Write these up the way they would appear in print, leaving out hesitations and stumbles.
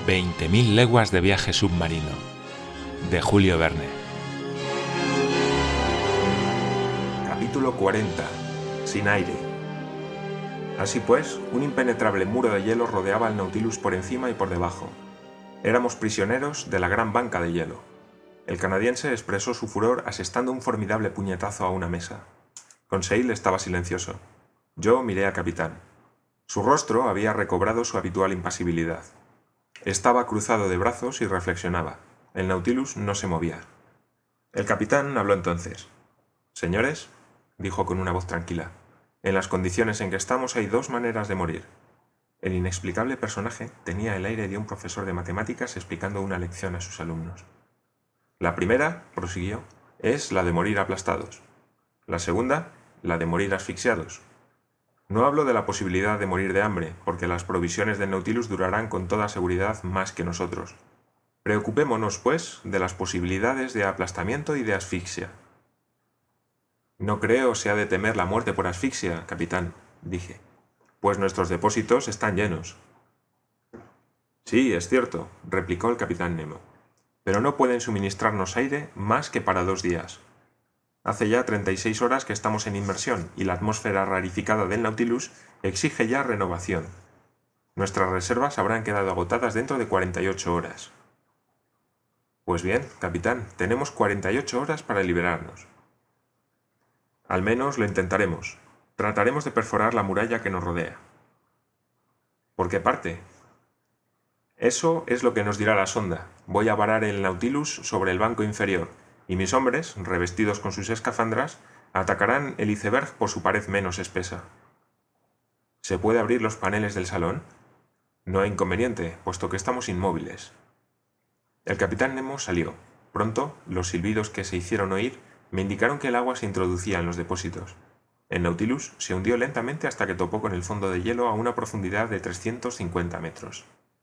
20.000 leguas de viaje submarino, de Julio Verne. Capítulo 40. Sin aire. Así pues, un impenetrable muro de hielo rodeaba al Nautilus por encima y por debajo. Éramos prisioneros de la gran banca de hielo. El canadiense expresó su furor asestando un formidable puñetazo a una mesa. Conseil estaba silencioso. Yo miré al capitán. Su rostro había recobrado su habitual impasibilidad. Estaba cruzado de brazos y reflexionaba. El Nautilus no se movía. El capitán habló entonces. «Señores», dijo con una voz tranquila, «en las condiciones en que estamos hay dos maneras de morir». El inexplicable personaje tenía el aire de un profesor de matemáticas explicando una lección a sus alumnos. «La primera», prosiguió, «es la de morir aplastados. La segunda, la de morir asfixiados. No hablo de la posibilidad de morir de hambre, porque las provisiones del Nautilus durarán con toda seguridad más que nosotros. Preocupémonos, pues, de las posibilidades de aplastamiento y de asfixia». «No creo se ha de temer la muerte por asfixia, capitán», dije, «pues nuestros depósitos están llenos». «Sí, es cierto», replicó el capitán Nemo, «pero no pueden suministrarnos aire más que para 2 días. Hace ya 36 horas que estamos en inmersión y la atmósfera rarificada del Nautilus exige ya renovación. Nuestras reservas habrán quedado agotadas dentro de 48 horas. Pues bien, capitán, tenemos 48 horas para liberarnos. Al menos lo intentaremos. Trataremos de perforar la muralla que nos rodea. ¿Por qué parte? Eso es lo que nos dirá la sonda. Voy a varar el Nautilus sobre el banco inferior, y mis hombres, revestidos con sus escafandras, atacarán el iceberg por su pared menos espesa. ¿Se puede abrir los paneles del salón? No hay inconveniente, puesto que estamos inmóviles. El capitán Nemo salió. Pronto, los silbidos que se hicieron oír me indicaron que el agua se introducía en los depósitos. El Nautilus se hundió lentamente hasta que topó con el fondo de hielo a una profundidad de 350 metros.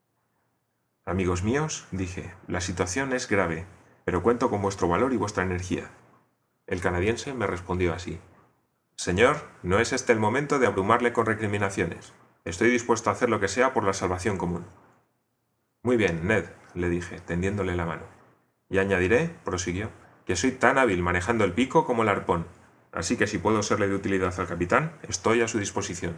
«Amigos míos», dije, «la situación es grave, pero cuento con vuestro valor y vuestra energía». El canadiense me respondió así. «Señor, no es este el momento de abrumarle con recriminaciones. Estoy dispuesto a hacer lo que sea por la salvación común». «Muy bien, Ned», le dije, tendiéndole la mano. «Y añadiré», prosiguió, «que soy tan hábil manejando el pico como el arpón, así que si puedo serle de utilidad al capitán, estoy a su disposición».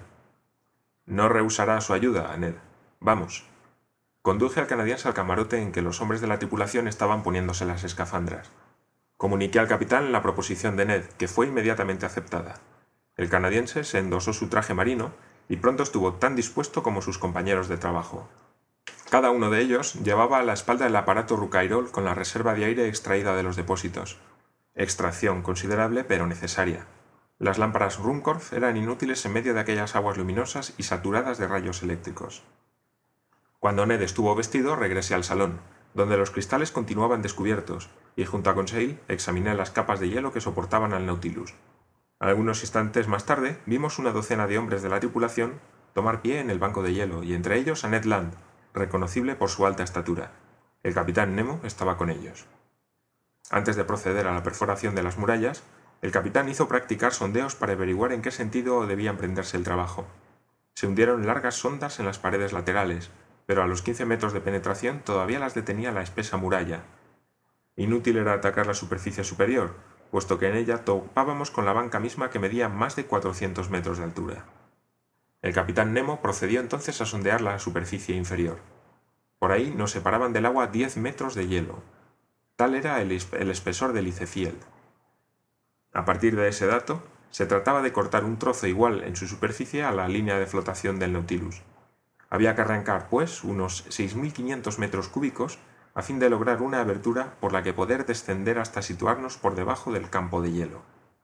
«No rehusará su ayuda, Ned. Vamos». Conduje al canadiense al camarote en que los hombres de la tripulación estaban poniéndose las escafandras. Comuniqué al capitán la proposición de Ned, que fue inmediatamente aceptada. El canadiense se endosó su traje marino y pronto estuvo tan dispuesto como sus compañeros de trabajo. Cada uno de ellos llevaba a la espalda el aparato Rouquayrol con la reserva de aire extraída de los depósitos. Extracción considerable pero necesaria. Las lámparas Ruhmkorff eran inútiles en medio de aquellas aguas luminosas y saturadas de rayos eléctricos. Cuando Ned estuvo vestido, regresé al salón, donde los cristales continuaban descubiertos, y junto a Conseil examiné las capas de hielo que soportaban al Nautilus. Algunos instantes más tarde vimos una docena de hombres de la tripulación tomar pie en el banco de hielo, y entre ellos a Ned Land, reconocible por su alta estatura. El capitán Nemo estaba con ellos. Antes de proceder a la perforación de las murallas, el capitán hizo practicar sondeos para averiguar en qué sentido debía emprenderse el trabajo. Se hundieron largas sondas en las paredes laterales, pero a los 15 metros de penetración todavía las detenía la espesa muralla. Inútil era atacar la superficie superior, puesto que en ella topábamos con la banca misma que medía más de 400 metros de altura. El capitán Nemo procedió entonces a sondear la superficie inferior. Por ahí nos separaban del agua 10 metros de hielo. Tal era el espesor del Icefield. A partir de ese dato, se trataba de cortar un trozo igual en su superficie a la línea de flotación del Nautilus. Había que arrancar, pues, unos 6.500 metros cúbicos a fin de lograr una abertura por la que poder descender hasta situarnos por debajo del campo de hielo.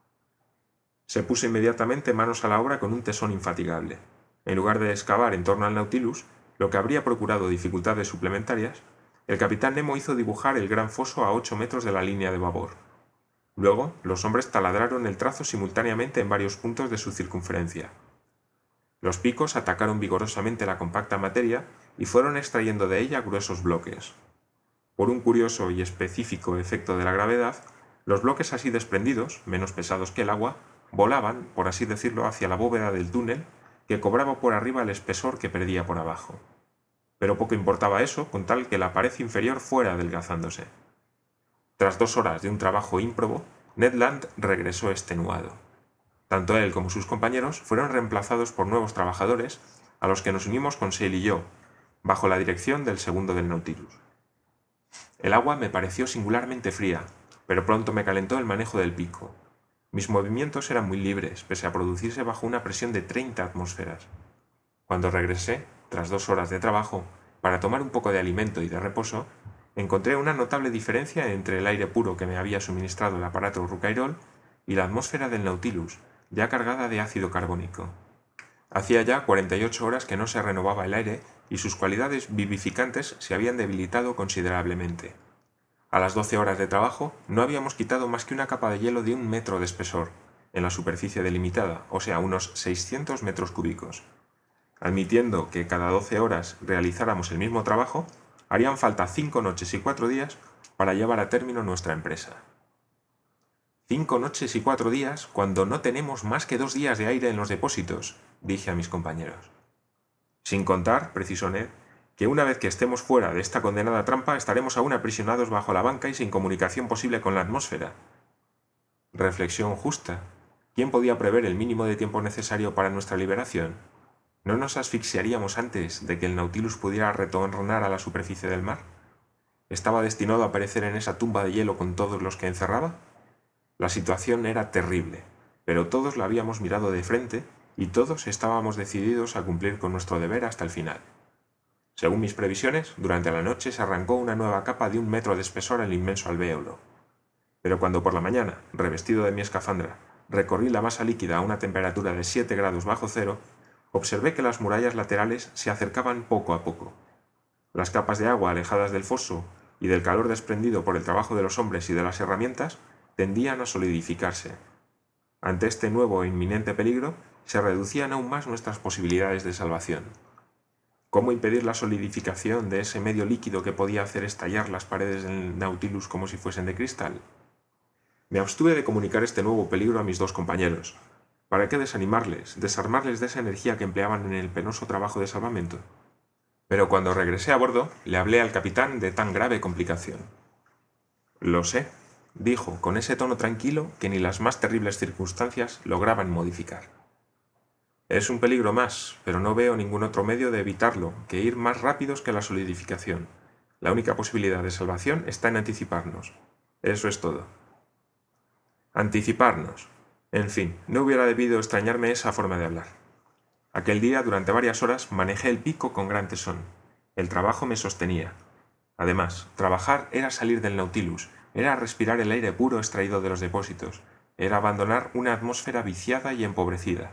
Se puso inmediatamente manos a la obra con un tesón infatigable. En lugar de excavar en torno al Nautilus, lo que habría procurado dificultades suplementarias, el capitán Nemo hizo dibujar el gran foso a 8 metros de la línea de babor. Luego, los hombres taladraron el trazo simultáneamente en varios puntos de su circunferencia. Los picos atacaron vigorosamente la compacta materia y fueron extrayendo de ella gruesos bloques. Por un curioso y específico efecto de la gravedad, los bloques así desprendidos, menos pesados que el agua, volaban, por así decirlo, hacia la bóveda del túnel, que cobraba por arriba el espesor que perdía por abajo. pero poco importaba eso con tal que la pared inferior fuera adelgazándose. Tras 2 horas de un trabajo ímprobo, Ned Land regresó extenuado. Tanto él como sus compañeros fueron reemplazados por nuevos trabajadores, a los que nos unimos con Sale y yo, bajo la dirección del segundo del Nautilus. El agua me pareció singularmente fría, pero pronto me calentó el manejo del pico. Mis movimientos eran muy libres, pese a producirse bajo una presión de 30 atmósferas. Cuando regresé, tras 2 horas de trabajo, para tomar un poco de alimento y de reposo, encontré una notable diferencia entre el aire puro que me había suministrado el aparato Rouquayrol y la atmósfera del Nautilus, ya cargada de ácido carbónico. Hacía ya 48 horas que no se renovaba el aire y sus cualidades vivificantes se habían debilitado considerablemente. A las 12 horas de trabajo no habíamos quitado más que una capa de hielo de 1 metro de espesor, en la superficie delimitada, o sea, unos 600 metros cúbicos. Admitiendo que cada 12 horas realizáramos el mismo trabajo, harían falta 5 noches y 4 días para llevar a término nuestra empresa. 5 noches y 4 días cuando no tenemos más que 2 días de aire en los depósitos, dije a mis compañeros. Sin contar, precisó Ned, que una vez que estemos fuera de esta condenada trampa estaremos aún aprisionados bajo la banca y sin comunicación posible con la atmósfera. Reflexión justa. ¿Quién podía prever el mínimo de tiempo necesario para nuestra liberación? ¿No nos asfixiaríamos antes de que el Nautilus pudiera retornar a la superficie del mar? ¿Estaba destinado a perecer en esa tumba de hielo con todos los que encerraba? La situación era terrible, pero todos la habíamos mirado de frente y todos estábamos decididos a cumplir con nuestro deber hasta el final. Según mis previsiones, durante la noche se arrancó una nueva capa de 1 metro de espesor en el inmenso alvéolo. Pero cuando por la mañana, revestido de mi escafandra, recorrí la masa líquida a una temperatura de 7 grados bajo cero, observé que las murallas laterales se acercaban poco a poco. Las capas de agua alejadas del foso y del calor desprendido por el trabajo de los hombres y de las herramientas tendían a solidificarse. Ante este nuevo e inminente peligro, se reducían aún más nuestras posibilidades de salvación. ¿Cómo impedir la solidificación de ese medio líquido que podía hacer estallar las paredes del Nautilus como si fuesen de cristal? Me abstuve de comunicar este nuevo peligro a mis 2 compañeros. ¿Para qué desanimarles, desarmarles de esa energía que empleaban en el penoso trabajo de salvamento? Pero cuando regresé a bordo, le hablé al capitán de tan grave complicación. «Lo sé», dijo con ese tono tranquilo que ni las más terribles circunstancias lograban modificar. «Es un peligro más, pero no veo ningún otro medio de evitarlo que ir más rápidos que la solidificación. La única posibilidad de salvación está en anticiparnos. Eso es todo». Anticiparnos. En fin, no hubiera debido extrañarme esa forma de hablar. Aquel día, durante varias horas, manejé el pico con gran tesón. El trabajo me sostenía. Además, trabajar era salir del Nautilus, era respirar el aire puro extraído de los depósitos, era abandonar una atmósfera viciada y empobrecida.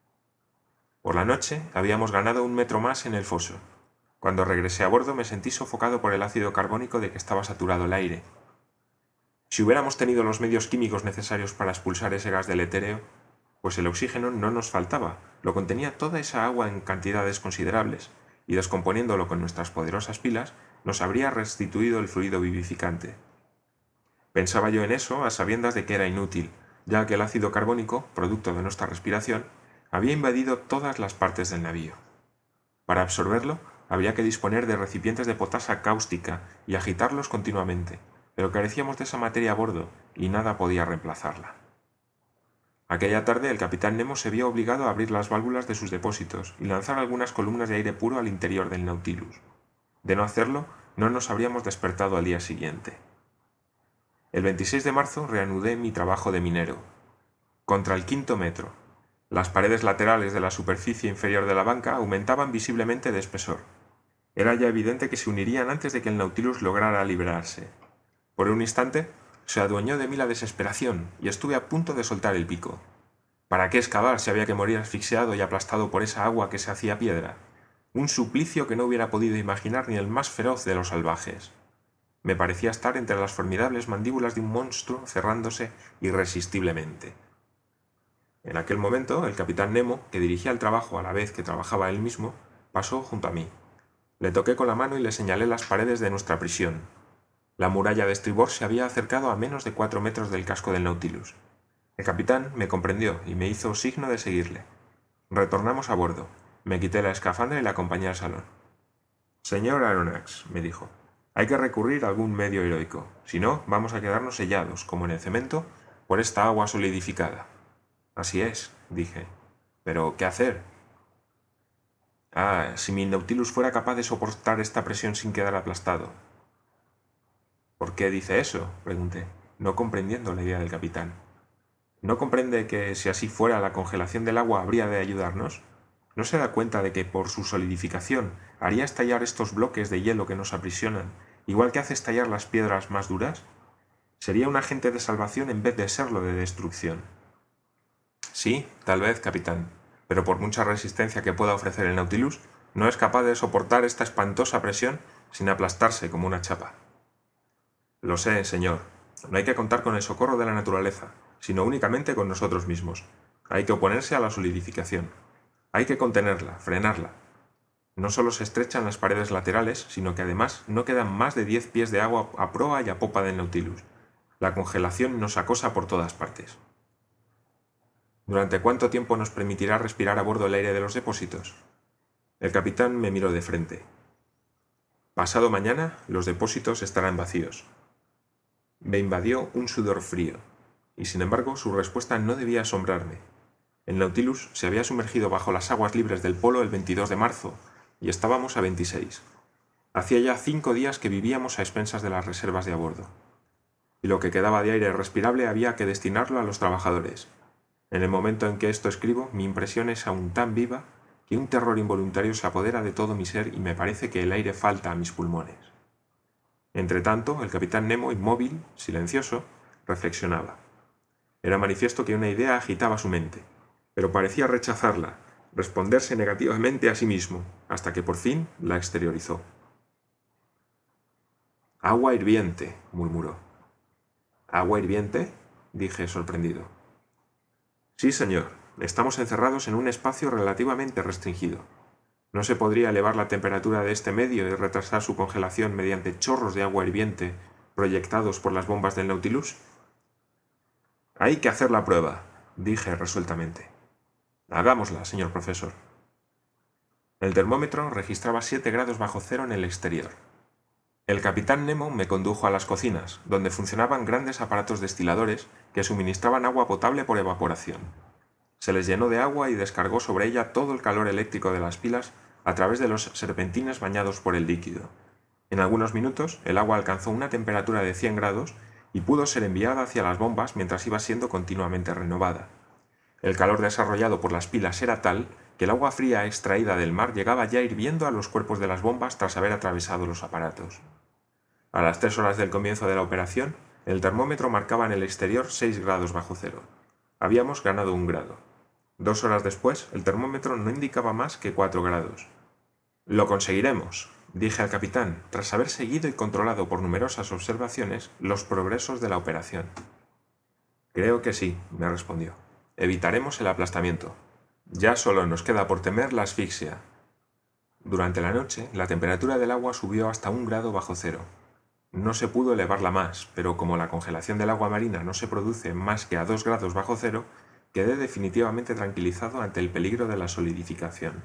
Por la noche habíamos ganado 1 metro más en el foso. Cuando regresé a bordo me sentí sofocado por el ácido carbónico de que estaba saturado el aire. Si hubiéramos tenido los medios químicos necesarios para expulsar ese gas deletérea, pues el oxígeno no nos faltaba, lo contenía toda esa agua en cantidades considerables, y descomponiéndolo con nuestras poderosas pilas, nos habría restituido el fluido vivificante. Pensaba yo en eso a sabiendas de que era inútil, ya que el ácido carbónico, producto de nuestra respiración, había invadido todas las partes del navío. Para absorberlo, había que disponer de recipientes de potasa cáustica y agitarlos continuamente, pero carecíamos de esa materia a bordo y nada podía reemplazarla. Aquella tarde el capitán Nemo se vio obligado a abrir las válvulas de sus depósitos y lanzar algunas columnas de aire puro al interior del Nautilus. De no hacerlo, no nos habríamos despertado al día siguiente. El 26 de marzo reanudé mi trabajo de minero. Contra el 5.º metro. Las paredes laterales de la superficie inferior de la banca aumentaban visiblemente de espesor. Era ya evidente que se unirían antes de que el Nautilus lograra liberarse. Por un instante se adueñó de mí la desesperación y estuve a punto de soltar el pico. ¿Para qué excavar si había que morir asfixiado y aplastado por esa agua que se hacía piedra? Un suplicio que no hubiera podido imaginar ni el más feroz de los salvajes. Me parecía estar entre las formidables mandíbulas de un monstruo cerrándose irresistiblemente. En aquel momento, el capitán Nemo, que dirigía el trabajo a la vez que trabajaba él mismo, pasó junto a mí. Le toqué con la mano y le señalé las paredes de nuestra prisión. La muralla de estribor se había acercado a menos de 4 metros del casco del Nautilus. El capitán me comprendió y me hizo signo de seguirle. Retornamos a bordo. Me quité la escafandra y la acompañé al salón. Señor Aronnax, me dijo, hay que recurrir a algún medio heroico. Si no, vamos a quedarnos sellados, como en el cemento, por esta agua solidificada. Así es, dije. Pero, ¿qué hacer? Si mi Nautilus fuera capaz de soportar esta presión sin quedar aplastado. ¿Por qué dice eso?, pregunté, no comprendiendo la idea del capitán. ¿No comprende que, si así fuera, la congelación del agua habría de ayudarnos? ¿No se da cuenta de que, por su solidificación, haría estallar estos bloques de hielo que nos aprisionan, igual que hace estallar las piedras más duras? Sería un agente de salvación en vez de serlo de destrucción. Sí, tal vez, capitán, pero por mucha resistencia que pueda ofrecer el Nautilus, no es capaz de soportar esta espantosa presión sin aplastarse como una chapa. Lo sé, señor. No hay que contar con el socorro de la naturaleza, sino únicamente con nosotros mismos. Hay que oponerse a la solidificación. Hay que contenerla, frenarla. No solo se estrechan las paredes laterales, sino que además no quedan más de 10 pies de agua a proa y a popa del Nautilus. La congelación nos acosa por todas partes. ¿Durante cuánto tiempo nos permitirá respirar a bordo el aire de los depósitos? El capitán me miró de frente. Pasado mañana los depósitos estarán vacíos. Me invadió un sudor frío, y sin embargo su respuesta no debía asombrarme. El Nautilus se había sumergido bajo las aguas libres del polo el 22 de marzo, y estábamos a 26. Hacía ya 5 días que vivíamos a expensas de las reservas de a bordo. Y lo que quedaba de aire respirable había que destinarlo a los trabajadores. En el momento en que esto escribo, mi impresión es aún tan viva que un terror involuntario se apodera de todo mi ser y me parece que el aire falta a mis pulmones. Entretanto, el capitán Nemo, inmóvil, silencioso, reflexionaba. Era manifiesto que una idea agitaba su mente, pero parecía rechazarla, responderse negativamente a sí mismo, hasta que por fin la exteriorizó. «Agua hirviente», murmuró. «¿Agua hirviente?», dije sorprendido. «Sí, señor. Estamos encerrados en un espacio relativamente restringido. ¿No se podría elevar la temperatura de este medio y retrasar su congelación mediante chorros de agua hirviente proyectados por las bombas del Nautilus?» «Hay que hacer la prueba», dije resueltamente. «Hagámosla, señor profesor». El termómetro registraba 7 grados bajo cero en el exterior. El capitán Nemo me condujo a las cocinas, donde funcionaban grandes aparatos destiladores que suministraban agua potable por evaporación. Se les llenó de agua y descargó sobre ella todo el calor eléctrico de las pilas a través de los serpentines bañados por el líquido. En algunos minutos el agua alcanzó una temperatura de 100 grados y pudo ser enviada hacia las bombas mientras iba siendo continuamente renovada. El calor desarrollado por las pilas era tal que el agua fría extraída del mar llegaba ya hirviendo a los cuerpos de las bombas tras haber atravesado los aparatos. A las 3 horas del comienzo de la operación, el termómetro marcaba en el exterior 6 grados bajo cero. Habíamos ganado 1 grado. 2 horas después, el termómetro no indicaba más que 4 grados. «Lo conseguiremos», dije al capitán, tras haber seguido y controlado por numerosas observaciones los progresos de la operación. «Creo que sí», me respondió. «Evitaremos el aplastamiento. Ya solo nos queda por temer la asfixia». Durante la noche, la temperatura del agua subió hasta 1 grado bajo cero. No se pudo elevarla más, pero como la congelación del agua marina no se produce más que a 2 grados bajo cero, quedé definitivamente tranquilizado ante el peligro de la solidificación.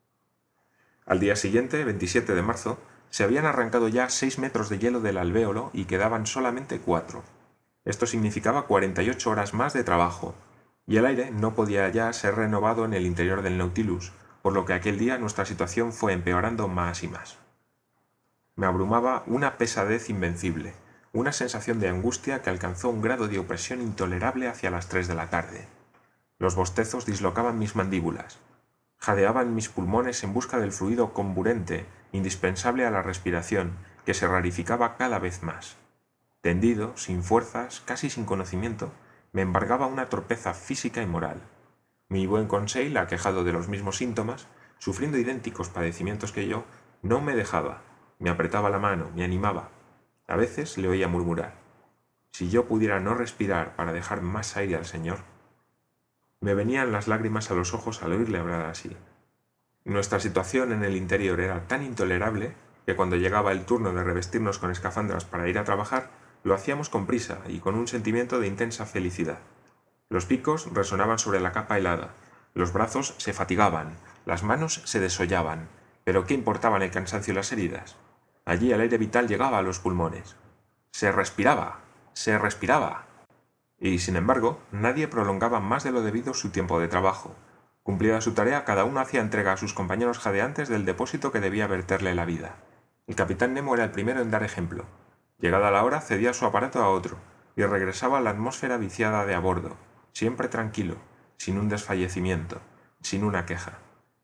Al día siguiente, 27 de marzo, se habían arrancado ya 6 metros de hielo del alvéolo y quedaban solamente 4. Esto significaba 48 horas más de trabajo, y el aire no podía ya ser renovado en el interior del Nautilus, por lo que aquel día nuestra situación fue empeorando más y más. Me abrumaba una pesadez invencible, una sensación de angustia que alcanzó un grado de opresión intolerable hacia las 3 de la tarde. Los bostezos dislocaban mis mandíbulas. Jadeaban mis pulmones en busca del fluido comburente, indispensable a la respiración, que se rarificaba cada vez más. Tendido, sin fuerzas, casi sin conocimiento, me embargaba una torpeza física y moral. Mi buen Conseil, aquejado de los mismos síntomas, sufriendo idénticos padecimientos que yo, no me dejaba, me apretaba la mano, me animaba. A veces le oía murmurar: «Si yo pudiera no respirar para dejar más aire al Señor». Me venían las lágrimas a los ojos al oírle hablar así. Nuestra situación en el interior era tan intolerable que cuando llegaba el turno de revestirnos con escafandras para ir a trabajar, lo hacíamos con prisa y con un sentimiento de intensa felicidad. Los picos resonaban sobre la capa helada, los brazos se fatigaban, las manos se desollaban, Pero ¿qué importaban el cansancio y las heridas? Allí el aire vital llegaba a los pulmones. Se respiraba, se respiraba. Y, sin embargo, nadie prolongaba más de lo debido su tiempo de trabajo. Cumplida su tarea, cada uno hacía entrega a sus compañeros jadeantes del depósito que debía verterle la vida. El capitán Nemo era el primero en dar ejemplo. Llegada la hora, cedía su aparato a otro, y regresaba a la atmósfera viciada de a bordo, siempre tranquilo, sin un desfallecimiento, sin una queja.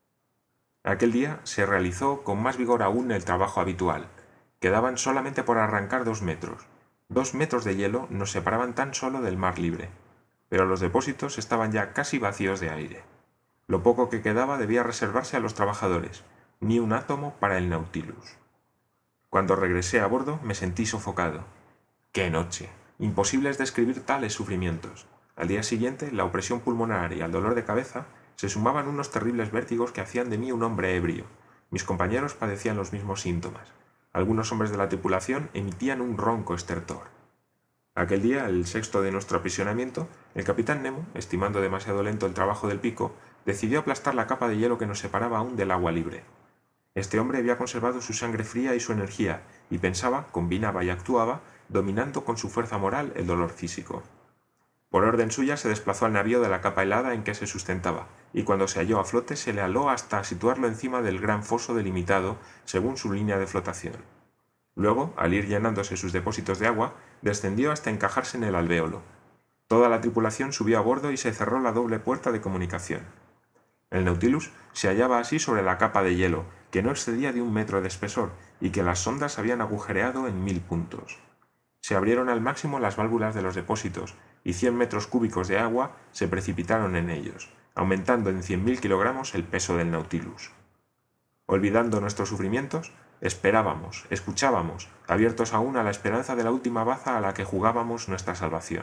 Aquel día se realizó con más vigor aún el trabajo habitual. Quedaban solamente por arrancar 2 metros. 2 metros de hielo nos separaban tan solo del mar libre, pero los depósitos estaban ya casi vacíos de aire. Lo poco que quedaba debía reservarse a los trabajadores, ni un átomo para el Nautilus. Cuando regresé a bordo me sentí sofocado. ¡Qué noche! Imposible es describir tales sufrimientos. Al día siguiente, la opresión pulmonar y al dolor de cabeza se sumaban unos terribles vértigos que hacían de mí un hombre ebrio. Mis compañeros padecían los mismos síntomas. Algunos hombres de la tripulación emitían un ronco estertor. Aquel día, el sexto de nuestro aprisionamiento, el capitán Nemo, estimando demasiado lento el trabajo del pico, decidió aplastar la capa de hielo que nos separaba aún del agua libre. Este hombre había conservado su sangre fría y su energía, y pensaba, combinaba y actuaba, dominando con su fuerza moral el dolor físico. Por orden suya se desplazó al navío de la capa helada en que se sustentaba, y cuando se halló a flote se le aló hasta situarlo encima del gran foso delimitado según su línea de flotación. Luego, al ir llenándose sus depósitos de agua, descendió hasta encajarse en el alvéolo. Toda la tripulación subió a bordo y se cerró la doble puerta de comunicación. El Nautilus se hallaba así sobre la capa de hielo, que no excedía de 1 metro de espesor y que las sondas habían agujereado en 1000 puntos. Se abrieron al máximo las válvulas de los depósitos y 100 metros cúbicos de agua se precipitaron en ellos, aumentando en 100.000 kilogramos el peso del Nautilus. Olvidando nuestros sufrimientos, esperábamos, escuchábamos, abiertos aún a la esperanza de la última baza a la que jugábamos nuestra salvación.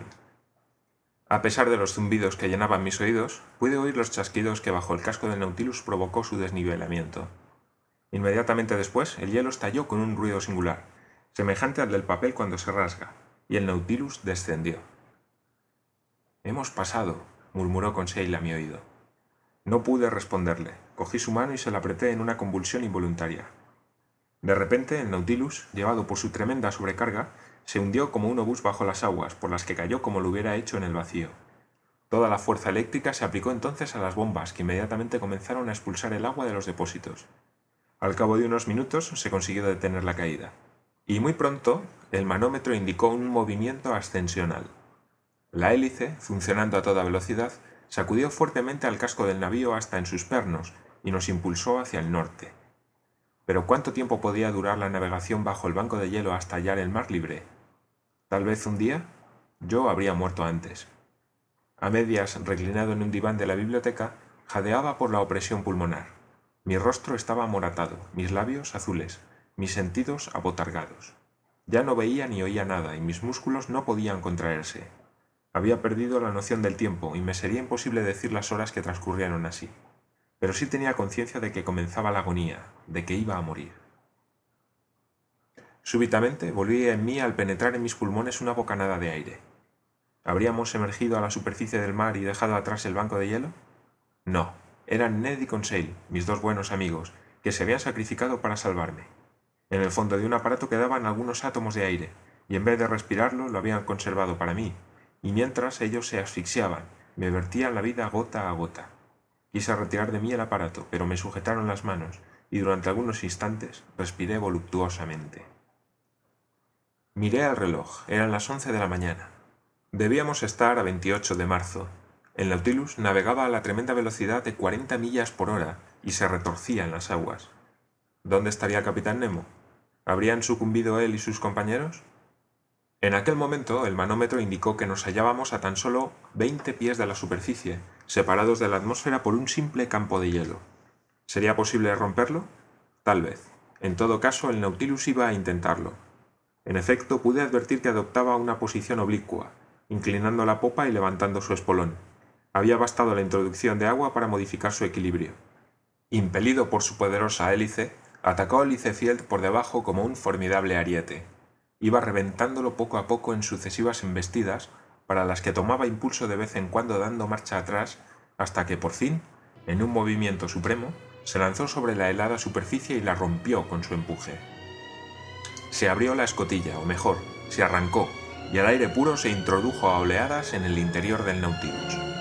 A pesar de los zumbidos que llenaban mis oídos, pude oír los chasquidos que bajo el casco del Nautilus provocó su desnivelamiento. Inmediatamente después, el hielo estalló con un ruido singular, semejante al del papel cuando se rasga, y el Nautilus descendió. «Hemos pasado», murmuró Conseil a mi oído. No pude responderle. Cogí su mano y se la apreté en una convulsión involuntaria. De repente, el Nautilus, llevado por su tremenda sobrecarga, se hundió como un obús bajo las aguas, por las que cayó como lo hubiera hecho en el vacío. Toda la fuerza eléctrica se aplicó entonces a las bombas, que inmediatamente comenzaron a expulsar el agua de los depósitos. Al cabo de unos minutos se consiguió detener la caída. Y muy pronto, el manómetro indicó un movimiento ascensional. La hélice, funcionando a toda velocidad, sacudió fuertemente al casco del navío hasta en sus pernos y nos impulsó hacia el norte. Pero ¿cuánto tiempo podía durar la navegación bajo el banco de hielo hasta hallar el mar libre? Tal vez un día. Yo habría muerto antes. A medias, reclinado en un diván de la biblioteca, jadeaba por la opresión pulmonar. Mi rostro estaba amoratado, mis labios azules, mis sentidos abotargados. Ya no veía ni oía nada y mis músculos no podían contraerse. Había perdido la noción del tiempo y me sería imposible decir las horas que transcurrieron así. Pero sí tenía conciencia de que comenzaba la agonía, de que iba a morir. Súbitamente volví en mí al penetrar en mis pulmones una bocanada de aire. ¿Habríamos emergido a la superficie del mar y dejado atrás el banco de hielo? No, eran Ned y Conseil, mis dos buenos amigos, que se habían sacrificado para salvarme. En el fondo de un aparato quedaban algunos átomos de aire, y en vez de respirarlo lo habían conservado para mí, y mientras ellos se asfixiaban, me vertían la vida gota a gota. Quise retirar de mí el aparato, pero me sujetaron las manos, y durante algunos instantes respiré voluptuosamente. Miré al reloj, eran las 11 de la mañana. Debíamos estar a 28 de marzo. El Nautilus navegaba a la tremenda velocidad de 40 millas por hora y se retorcía en las aguas. ¿Dónde estaría el capitán Nemo? ¿Habrían sucumbido él y sus compañeros? En aquel momento el manómetro indicó que nos hallábamos a tan solo 20 pies de la superficie, separados de la atmósfera por un simple campo de hielo. ¿Sería posible romperlo? Tal vez. En todo caso, el Nautilus iba a intentarlo. En efecto, pude advertir que adoptaba una posición oblicua, inclinando la popa y levantando su espolón. Había bastado la introducción de agua para modificar su equilibrio. Impelido por su poderosa hélice, atacó al Lichfield por debajo como un formidable ariete. Iba reventándolo poco a poco en sucesivas embestidas, para las que tomaba impulso de vez en cuando dando marcha atrás, hasta que por fin, en un movimiento supremo, Se lanzó sobre la helada superficie y la rompió con su empuje. Se abrió la escotilla, o mejor, se arrancó, y el aire puro se introdujo a oleadas en el interior del Nautilus.